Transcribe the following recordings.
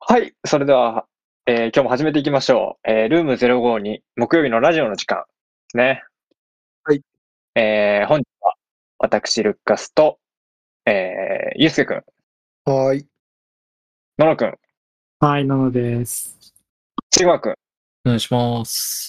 はい。それでは、今日も始めていきましょう。ルーム052、木曜日のラジオの時間ですね。 はい。 本日は、私、ルッカスと、ゆうすけくん、 はーい。 ののくん、 はい、なのです。 ちぐまくんお願いします。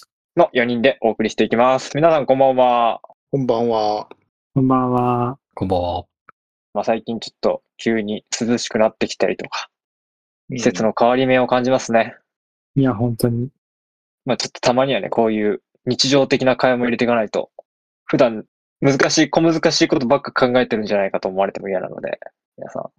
の4人でお送りしていきます。皆さんこんばんは。 こんばんは。 こんばんは。 こんばんは。 最近ちょっと急に涼しくなってきたりとか、季節うんの変わり目を感じますね。 いや、本当に。 ちょっとたまにはね、こういう日常的な会話も入れていかないと、普段小難しいことばっか考えてるんじゃないかと思われても嫌なので、皆さん。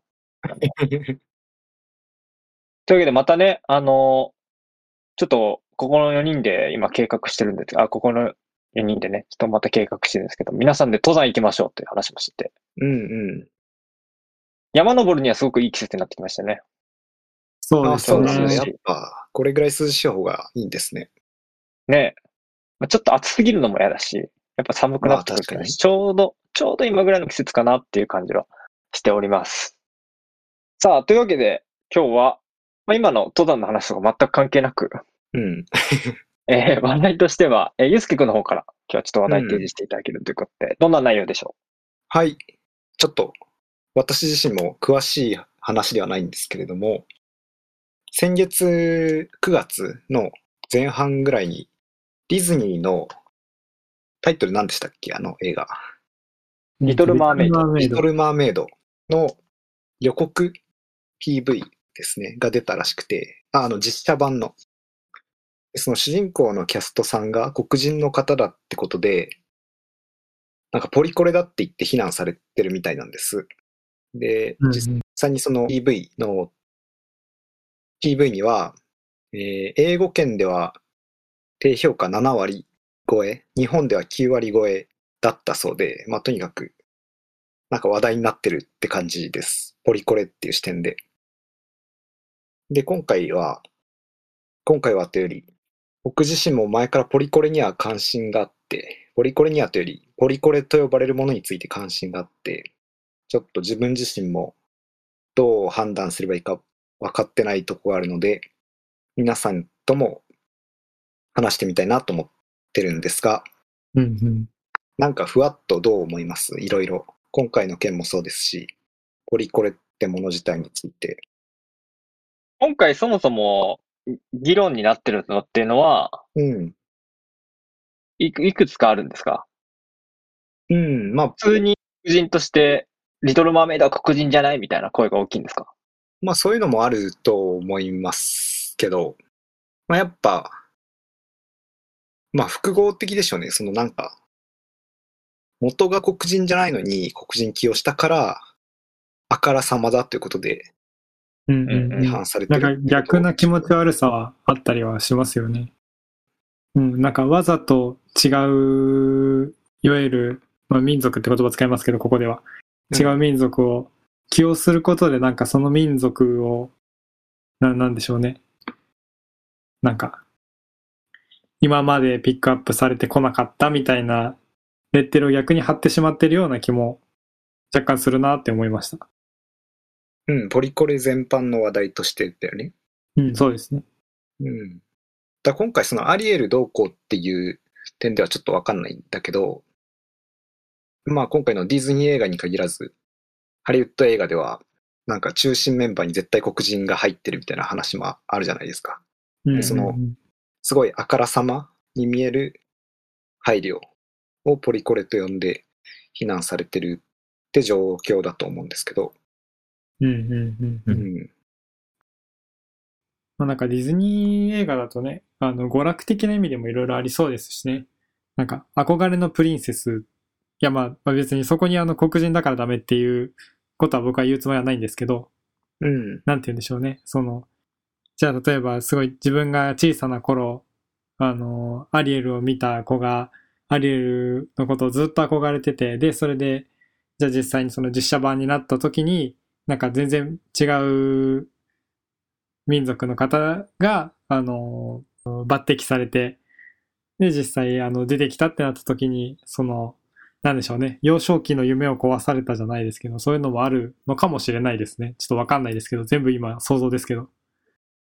というわけでまたね、ちょっと、ここの4人で今計画してるんですが、ここの4人でね、ちょっとまた計画してるんですけど、皆さんで登山行きましょうっていう話もしてて、 うん山登るにはすごくいい季節になってきましたね。 うん。あ、 そうですそうですね。 ね。 やっぱ、これぐらい涼しい方がいいんですね。 ねちょっと暑すぎるのも嫌だし、やっぱ寒くなってくるとね、 まあ確かにちょうど今ぐらいの季節かなっていう感じはしております。さあ、というわけで、今日は、今の登山の話とか全く関係なく、 うん。 話題としては、ゆうすけくんの方から今日はちょっと話題提示していただけるということで、どんな内容でしょはい。ちょっと、私自身も詳しい話ではないんですけれども、先月9月の前半ぐらいに、ディズニーのタイトル何でしたっけ、あの映画。 リトルマーメイドリトル・マーメイドの予告 PV ですね、が出たらしくて、実写版の。その主人公のキャストさんが黒人の方だってことで、なんかポリコレだって言って非難されてるみたいなんです。で、 うんうん実際にその PV には、英語圏では低評価7割超え、日本では9割超えだったそうで、とにかく、なんか話題になってるって感じです。ポリコレっていう視点で。で、今回はというより、僕自身も前からポリコレには関心があって、ポリコレにはというより、ポリコレと呼ばれるものについて関心があって、ちょっと自分自身もどう判断すればいいか分かってないとこがあるので、皆さんとも話してみたいなと思ってるんですが、 うんうん。 なんかふわっとどう思います？いろいろ。今回の件もそうですし、ポリコレってもの自体について。 今回そもそも議論になってるのっていうのは、 うん。 いくつかあるんですか？ うん。 普通に黒人として、リトルマーメイドは黒人じゃないみたいな声が大きいんですか？ そういうのもあると思いますけど、やっぱ、複合的でしょうね。そのなんか、元が黒人じゃないのに黒人起用したから、あからさまだということでうんうん違うん。 反されてるなんか逆な気持ち悪さはあったりはしますよね。うん、なんかわざと違う、いわゆる、民族って言葉使いますけど、ここでは。違う民族を起用することで、なんかその民族を、なんでしょうね。なんか、今までピックアップされてこなかったみたいなレッテルを逆に貼ってしまってるような気も若干するなって思いました。 うん、ポリコレ全般の話題としてだよね。 うん、そうですね。 うん。今回そのアリエルどうこうっていう点ではちょっとわかんないんだけど、今回のディズニー映画に限らず、ハリウッド映画では、なんか中心メンバーに絶対黒人が入ってるみたいな話もあるじゃないですか。 うんうんうん、 そのすごいあからさまに見える配慮をポリコレと呼んで非難されてるって状況だと思うんですけど。 うんうんうんうん。なんかディズニー映画だとね、娯楽的な意味でもいろいろありそうですしね。なんか憧れのプリンセス。いや別にそこに黒人だからダメっていうことは僕は言うつもりはないんですけど、 うん。 なんて言うんでしょうね。じゃあ例えばすごい自分が小さな頃、アリエルを見た子が、アリエルのことをずっと憧れてて、で、それで、じゃあ実際にその実写版になった時に、なんか全然違う民族の方が、抜擢されて、で、実際、出てきたってなった時に、なんでしょうね、幼少期の夢を壊されたじゃないですけど、そういうのもあるのかもしれないですね。ちょっとわかんないですけど、全部今想像ですけど。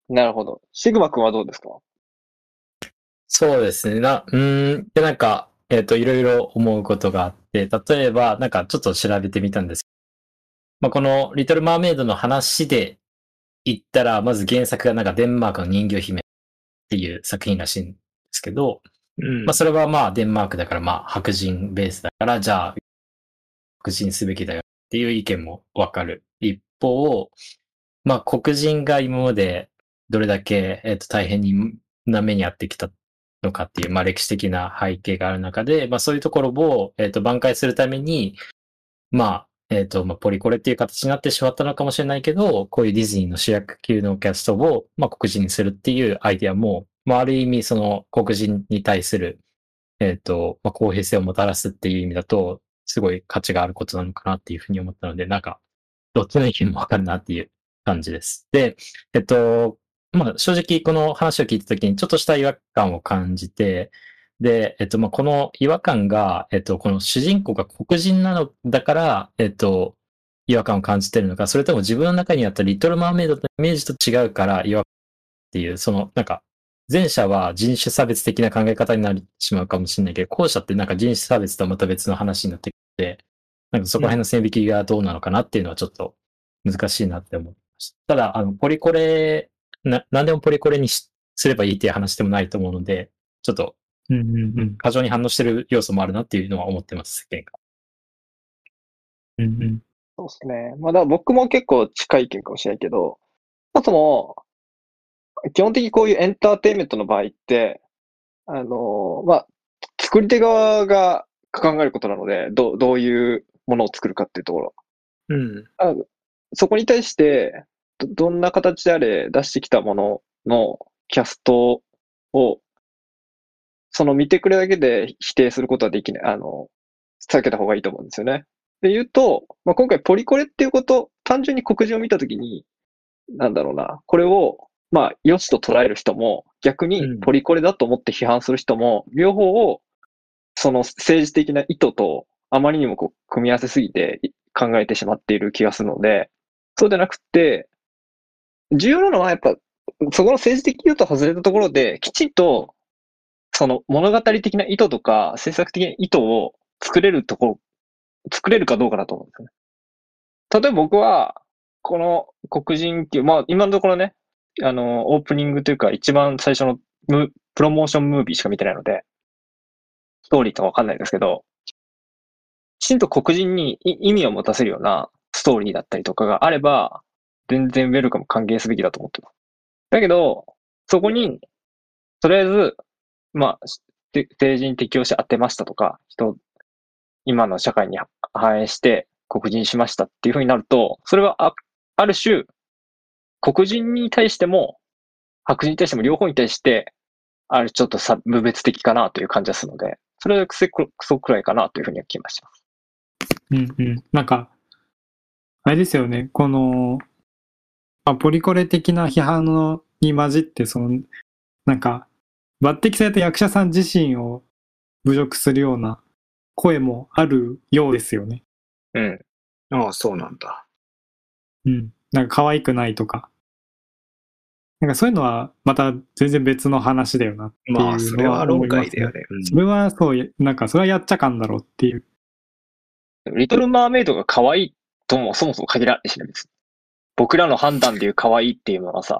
なるほど。シグマ君はどうですか？ そうですね。で、なんか、いろいろ思うことがあって、例えば、なんかちょっと調べてみたんですけど、まあ、このリトル・マーメイドの話で言ったら、まず原作がなんかデンマークの人魚姫っていう作品らしいんですけど、 うんまあ、それはまあデンマークだからまあ白人ベースだから、じゃあ白人すべきだよっていう意見もわかる。一方、まあ黒人が今までどれだけ、大変な目に遭ってきたのかっていう、まあ歴史的な背景がある中で、まあそういうところを、挽回するために、まあ、まあ、ポリコレっていう形になってしまったのかもしれないけど、こういうディズニーの主役級のキャストを、まあ、黒人にするっていうアイディアも、まあ、ある意味、その黒人に対する、まあ、公平性をもたらすっていう意味だと、すごい価値があることなのかなっていうふうに思ったので、なんか、どっちの意見もわかるなっていう感じです。で、まあ、正直この話を聞いたときにちょっとした違和感を感じて、で、まあ、この違和感が、この主人公が黒人なのだから、違和感を感じてるのか、それとも自分の中にあったリトル・マーメイドのイメージと違うから違和感っていう、その、なんか、前者は人種差別的な考え方になってしまうかもしれないけど、後者ってなんか人種差別とはまた別の話になってきて、なんかそこら辺の線引きがどうなのかなっていうのはちょっと難しいなって思いました。ただ、ポリコレ、なんでもポリコレにすればいいっていう話でもないと思うので、ちょっとうんうんうん。 過剰に反応してる要素もあるなっていうのは思ってます、世間が。 うんうん。 そうですね。まあ、だから僕も結構近い意見かもしれないけど、そもそも、基本的にこういうエンターテインメントの場合って、まあ、作り手側が考えることなので、どういうものを作るかっていうところ。 うんそこに対して、どんな形であれ出してきたもののキャストを、その見てくれだけで否定することはできない。避けた方がいいと思うんですよね。で言うと、まあ、今回ポリコレっていうこと、単純に黒人を見たときに、なんだろうな、これを、まあ、良しと捉える人も、逆にうんポリコレだと思って批判する人も、両方を、その政治的な意図と、あまりにもこう、組み合わせすぎて考えてしまっている気がするので、そうでなくて、重要なのはやっぱ、そこの政治的意図と外れたところで、きちんと、その物語的な意図とか、制作的な意図を作れるところ、作れるかどうかだと思うんですよね。例えば僕は、この黒人っていう、まあ今のところね、オープニングというか一番最初のプロモーションムービーしか見てないので、ストーリーとかわかんないですけど、きちんと黒人に意味を持たせるようなストーリーだったりとかがあれば、全然ウェルカム歓迎すべきだと思ってます。だけど、そこに、とりあえず、まあ、政治に適応して当てましたとか、今の社会に反映して黒人にしましたっていう風になると、それはある種、黒人に対しても、白人に対しても両方に対して、ちょっと無別的かなという感じがするので、それはクソくらいかなというふうには気がします。 うんうん。なんか、あれですよね。この、まあ、ポリコレ的な批判に混じって、なんか、抜擢された役者さん自身を侮辱するような声もあるようですよね。 うん。 ああ、そうなんだ。 うん。なんか可愛くないとか。なんかそういうのはまた全然別の話だよなっていうまあ、それのはは論思いますね。 外だよね。 それはそう、なんかそれはやっちゃかんだろうっていう。 リトルマーメイドが可愛いともそもそも限らないしね、別に。僕らの判断でいう可愛いっていうのはさ、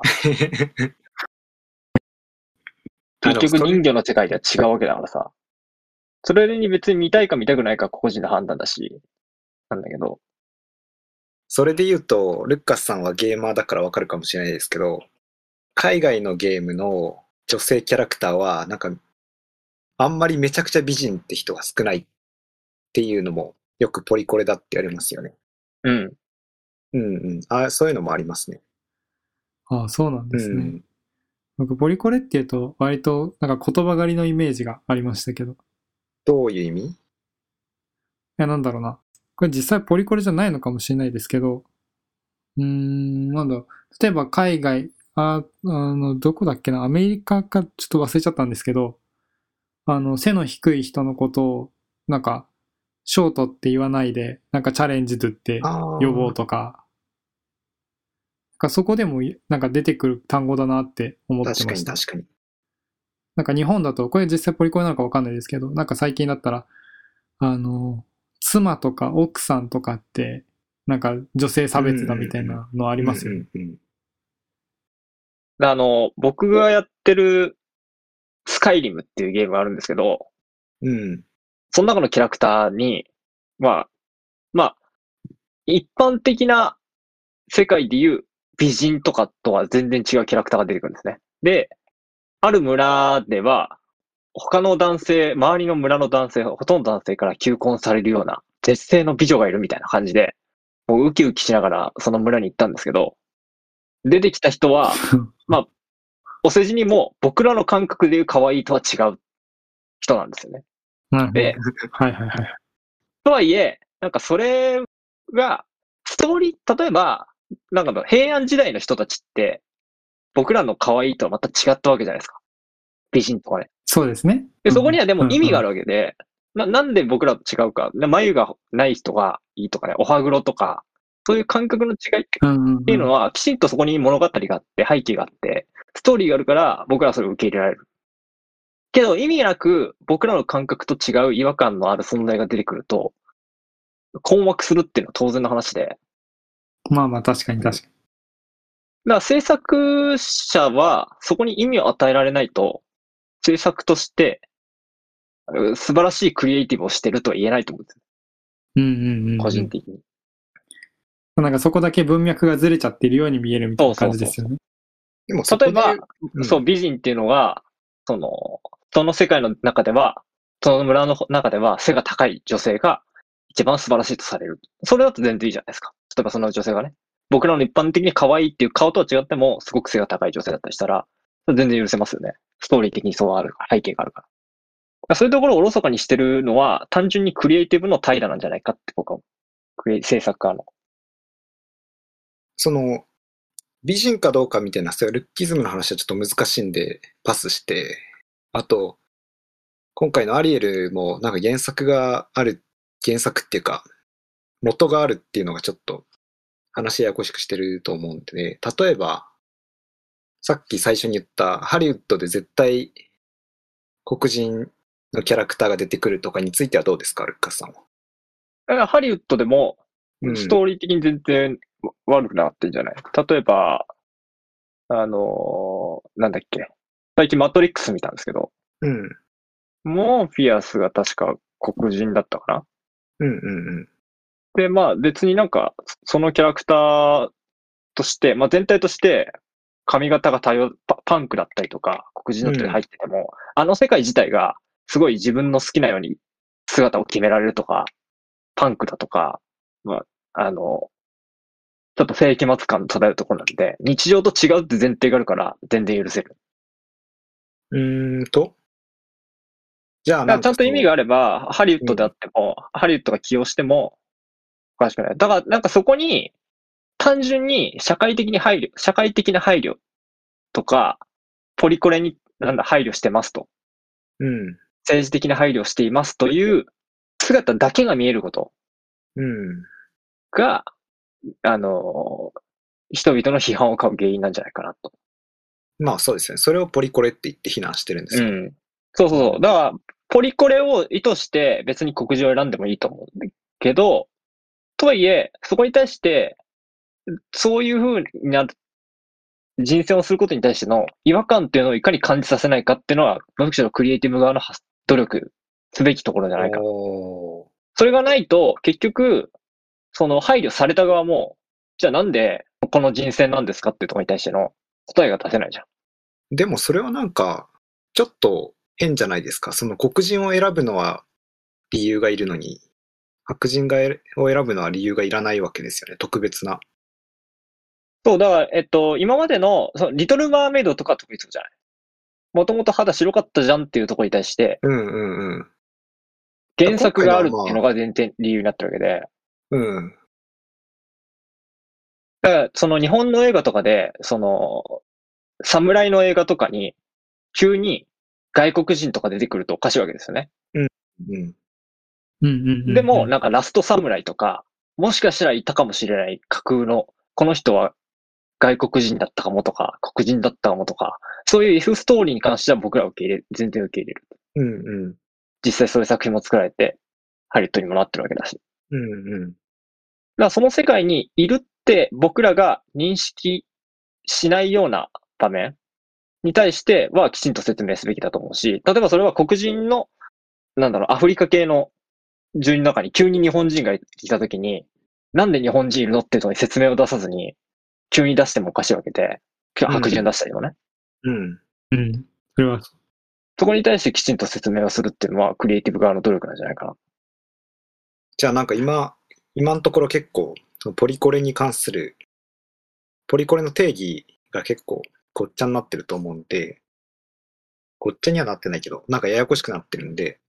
結局人魚の世界では違うわけだからさ、それに別に見たいか見たくないか個人の判断だし、なんだけど。 それで言うと、ルッカスさんはゲーマーだからわかるかもしれないですけど、海外のゲームの女性キャラクターは、なんか、あんまりめちゃくちゃ美人って人が少ないっていうのも、よくポリコレだって言われますよね。 うん。 うんうん。あ、そういうのもありますね。 ああ、そうなんですね。 うん。 僕、ポリコレっていうと、割となんか言葉狩りのイメージがありましたけど。いどういう意味？ や、なんだろうな。これ実際ポリコレじゃないのかもしれないですけど、なんだろう。例えば海外、どこだっけな、アメリカかちょっと忘れちゃったんですけど、背の低い人のことを、なんか、ショートって言わないで、なんかチャレンジドって呼ぼうとか、 そこでもなんか出てくる単語だなって思って確かました。 に確かに。 なんか日本だと、これ実際ポリコレなのかわかんないですけど、なんか最近だったら、妻とか奥さんとかって、なんか女性差別だみたいなのありますよね。 僕がやってるスカイリムっていうゲームがあるんですけど、その中のキャラクターに、まあ、一般的な世界でいう美人とかとは全然違うキャラクターが出てくるんですね。で、ある村では、他の男性、周りの村の男性、ほとんど男性から求婚されるような、絶世の美女がいるみたいな感じで、もうウキウキしながらその村に行ったんですけど、出てきた人は、お世辞にも僕らの感覚でいう可愛いとは違う人なんですよね。で、 はいはいはい。 とはいえ、なんかそれが、ストーリー、例えば、なんか平安時代の人たちって、僕らの可愛いとはまた違ったわけじゃないですか。美人とかね。 そうですね。 で、そこにはでも意味があるわけで、なんで僕らと違うか、眉がない人がいいとかね、お歯黒とか、そういう感覚の違いっていうのは、きちんとそこに物語があって、背景があって、ストーリーがあるから、僕らはそれを受け入れられる。けど、意味なく、僕らの感覚と違う違和感のある存在が出てくると、困惑するっていうのは当然の話で。 まあまあ、確かに確かに。 だから制作者は、そこに意味を与えられないと、制作として、素晴らしいクリエイティブをしてるとは言えないと思うんですよ。個人的に。 なんかそこだけ文脈がずれちゃってるように見えるみたいな感じですよね。 でも例えば、そう、美人っていうのが、その世界の中では、その村の中では背が高い女性が一番素晴らしいとされる。それだと全然いいじゃないですか。例えばその女性がね、僕らの一般的に可愛いっていう顔とは違っても、すごく背が高い女性だったりしたら、全然許せますよね。ストーリー的にそうある、背景があるから。そういうところをおろそかにしてるのは、単純にクリエイティブの怠惰なんじゃないかって僕は、制作家の。 その、美人かどうかみたいな、そういうルッキズムの話はちょっと難しいんで、パスして、あと、今回のアリエルもなんか原作っていうか、元があるっていうのがちょっと話ややこしくしてると思うんで、例えば、さっき最初に言ったハリウッドで絶対黒人のキャラクターが出てくるとかについてはどうですか、ルッカスさんは。 ハリウッドでも、ストーリー的に全然悪くなってんじゃない？例えば、なんだっけ。最近マトリックス見たんですけど、モーフィアスが確か黒人だったかな？で、まあ別になんか、そのキャラクターとして、まあ全体として、髪型がパンクだったりとか、黒人の人で入ってても、あの世界自体が、すごい自分の好きなように姿を決められるとか、パンクだとか、まあ、ちょっと世紀末感漂うところなんで、日常と違うって前提があるから、全然許せる。 じゃあちゃんと意味があれば、ハリウッドであっても、ハリウッドが起用しても、おかしくない。だから、なんかそこに、単純に社会的な配慮とか、ポリコレに配慮してますと。政治的な配慮をしていますという姿だけが見えることが、人々の批判を買う原因なんじゃないかなと。 まあそうですね。それをポリコレって言って非難してるんですよ。 そう。だから、ポリコレを意図して別に黒人を選んでもいいと思うんだけど、とはいえ、そこに対して、そういう風な人選をすることに対しての違和感っていうのをいかに感じさせないかっていうのは、むしろクリエイティブ側の努力すべきところじゃないか。それがないと、結局、その配慮された側も、じゃあなんでこの人選なんですかっていうところに対しての答えが出せないじゃん。 でもそれはなんか、ちょっと変じゃないですか。その黒人を選ぶのは理由がいるのに、白人を選ぶのは理由がいらないわけですよね。特別な。 そう、だから、今までの、リトルマーメイドとか特別じゃない。もともと肌白かったじゃんっていうところに対して、原作があるっていうのが全然理由になってるわけで。だから、その日本の映画とかで、侍の映画とかに、急に外国人とか出てくるとおかしいわけですよね。でも、なんかラスト侍とか、もしかしたらいたかもしれない架空の、この人は外国人だったかもとか、黒人だったかもとか、そういう if ストーリーに関しては僕らは受け入れる。全然受け入れる。 うんうん。 実際そういう作品も作られて、ハリウッドにもなってるわけだし。 うんうん。 だからその世界にいるって僕らが認識しないような場面に対してはきちんと説明すべきだと思うし、例えばそれは黒人の、アフリカ系の住人の中に急に日本人がいたときに、なんで日本人いるのっていうのに説明を出さずに、急に出してもおかしいわけで、白人出したりもね。 うん。 うん。それは、 そこに対してきちんと説明をするっていうのはクリエイティブ側の努力なんじゃないかな。 じゃあなんか今のところ結構、そのポリコレに関する、ポリコレの定義が結構ごっちゃになってると思うんで、ごっちゃにはなってないけど、なんかややこしくなってるんで、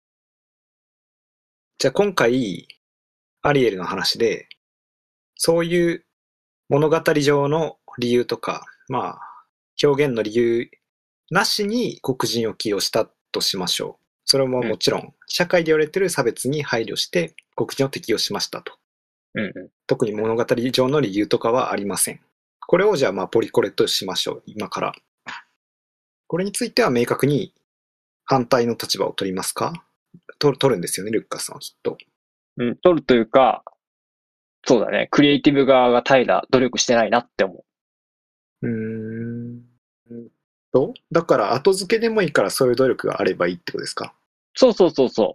じゃあ今回、アリエルの話で、そういう物語上の理由とか、まあ、表現の理由なしに黒人を起用したとしましょう。それももちろん、社会で言われている差別に配慮して黒人を適用しましたと。特に物語上の理由とかはありません。これをじゃあまあポリコレとしましょう、今から。これについては明確に反対の立場を取りますか？取るんですよね、ルッカスさんはきっと。 取るというか、そうだね、クリエイティブ側が怠惰、努力してないなって思う。 だから後付けでもいいからそういう努力があればいいってことですか？ そう。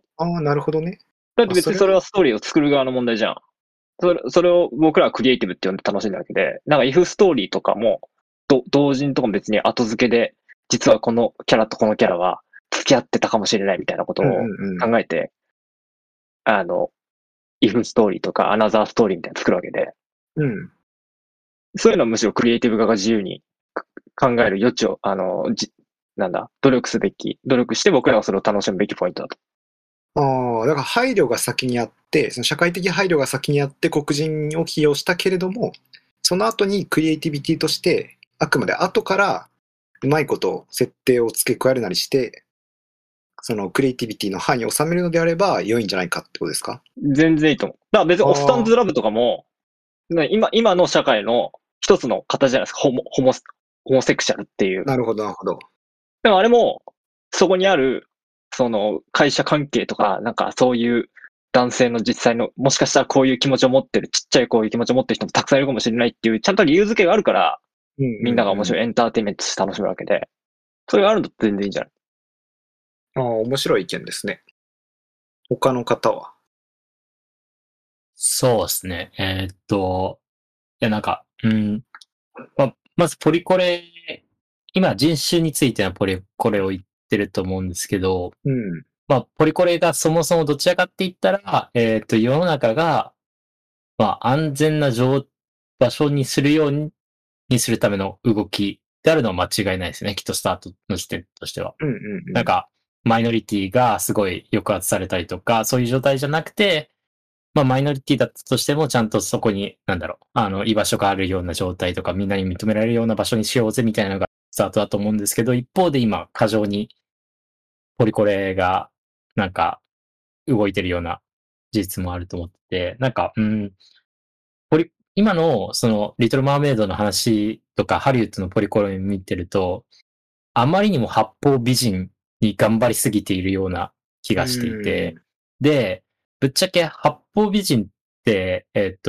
ああ、なるほどね。 だって別にそれはストーリーを作る側の問題じゃん。それを僕らはクリエイティブって呼んで楽しんだわけで、なんか if ストーリーとかも、同人とかも別に後付けで、実はこのキャラとこのキャラは付き合ってたかもしれないみたいなことを考えて、if ストーリーとかアナザーストーリーみたいなの作るわけで、そういうのはむしろクリエイティブ側が自由に考える余地を、努力して僕らはそれを楽しむべきポイントだと。 ああ、だから配慮が先にあって、その社会的配慮が先にあって黒人を起用したけれども、その後にクリエイティビティとして、あくまで後からうまいこと設定を付け加えるなりして、そのクリエイティビティの範囲を収めるのであれば良いんじゃないかってことですか？ 全然いいと思う。だから別にオスタンズラブとかも、今の社会の一つの形じゃないですか。ホモセクシャルっていう。 なるほど、なるほど。 でもあれも、そこにある、その会社関係とか、なんかそういう男性の実際の、もしかしたらこういう気持ちを持ってる、ちっちゃいこういう気持ちを持ってる人もたくさんいるかもしれないっていう、ちゃんと理由付けがあるから、みんなが面白いエンターテインメントして楽しむわけで、それがあるのって全然いいんじゃない？ ああ、面白い意見ですね。他の方は？ そうですね。いやなんか、まずポリコレ、今人種についてはポリコレを言ってると思うんですけど、ポリコレがそもそもどちらかって言ったら、世の中が、安全な場所にするようにするための動きであるのは間違いないですね。きっとスタートの時点としては。なんか、マイノリティがすごい抑圧されたりとか、そういう状態じゃなくて、マイノリティだったとしても、ちゃんとそこに、居場所があるような状態とか、みんなに認められるような場所にしようぜみたいなのがスタートだと思うんですけど、一方で今、過剰にポリコレが、動いてるような事実もあると思ってて、今の、その、リトル・マーメイドの話とか、ハリウッドのポリコレ見てると、あまりにも八方美人に頑張りすぎているような気がしていて、で、ぶっちゃけ八方美人って、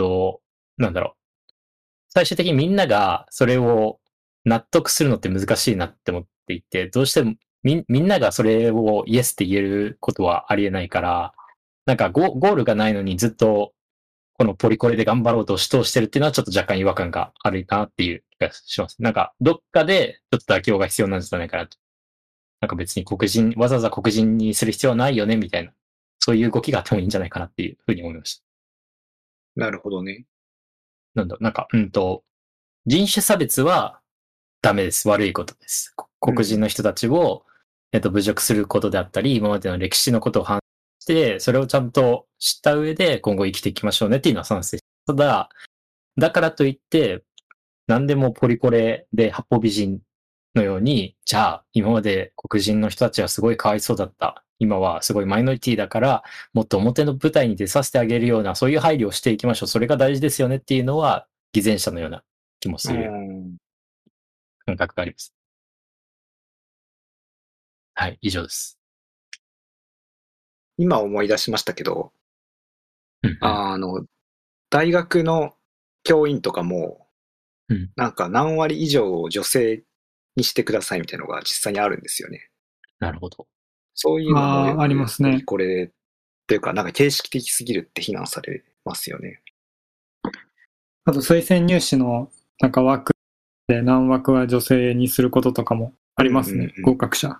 最終的にみんながそれを納得するのって難しいなって思っていて、どうしてもみんながそれをイエスって言えることはありえないから、ゴールがないのにずっとこのポリコレで頑張ろうと主張してるっていうのはちょっと若干違和感があるなっていう気がします。どっかでちょっと妥協が必要なんじゃないかなと。別にわざわざ黒人にする必要はないよねみたいな、そういう動きがあってもいいんじゃないかなっていうふうに思いました。 なるほどね。 人種差別はダメです。悪いことです。黒人の人たちを、侮辱することであったり、今までの歴史のことを反して、それをちゃんと知った上で今後生きていきましょうねっていうのは賛成です。ただ、だからといって、何でもポリコレで八方美人のように、じゃあ今まで黒人の人たちはすごいかわいそうだった。今はすごいマイノリティだから、もっと表の舞台に出させてあげるような、そういう配慮をしていきましょう。それが大事ですよねっていうのは、偽善者のような気もする感覚があります。はい、以上です。 今思い出しましたけど、 うんうん大学の教員とかも、 うんなんか何割以上を女性にしてくださいみたいなのが実際にあるんですよね。 なるほど。 そういうのもよありまくポリすね。 コレっていうか、なんか形式的すぎるって非難されますよね。 あと推薦入試のなんか枠で何枠は女性にすることとかもありますね。合格者。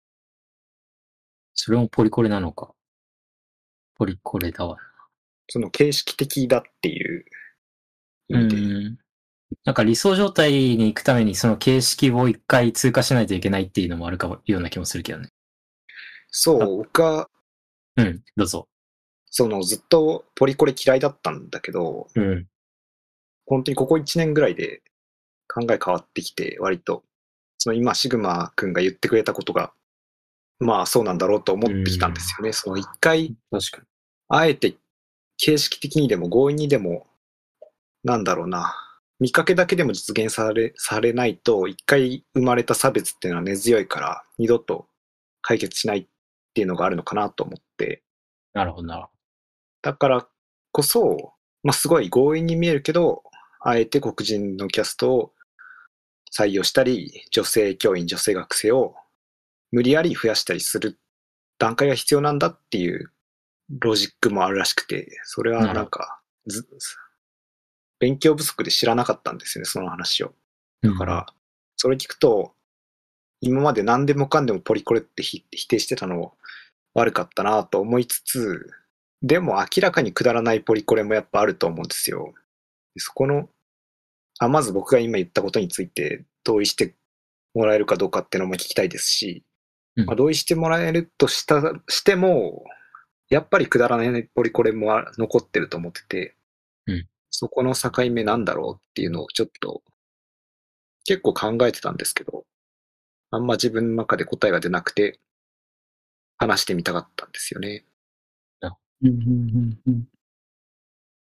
それもポリコレなのか。ポリコレだわ。 その形式的だっていう意味で。 なんか理想状態に行くためにその形式を一回通過しないといけないっていうのもあるかも、ような気もするけどね。 そう、僕は、 どうぞ。 ずっとポリコレ嫌いだったんだけど、 うん。 本当にここ1年ぐらいで考え変わってきて、割と、今、シグマくんが言ってくれたことが、まあそうなんだろうと思ってきたんですよね。一回、 確かに。 あえて形式的にでも強引にでも、なんだろうな、見かけだけでも実現されないと、一回生まれた差別っていうのは根強いから、二度と解決しないっていうのがあるのかなと思って、 なるほどな。 だからこそ、まあすごい強引に見えるけど、あえて黒人のキャストを採用したり、女性教員、女性学生を無理やり増やしたりする段階が必要なんだっていうロジックもあるらしくて、それはなんか勉強不足で知らなかったんですよね、その話を。だから、それ聞くと、今まで何でもかんでもポリコレって否定してたの悪かったなと思いつつ、でも明らかにくだらないポリコレもやっぱあると思うんですよ。そこの、まず僕が今言ったことについて同意してもらえるかどうかっていうのも聞きたいですし、同意してもらえるとしても、やっぱりくだらないポリコレも残ってると思ってて、そこの境目なんだろうっていうのをちょっと結構考えてたんですけど、あんま自分の中で答えが出なくて話してみたかったんですよね。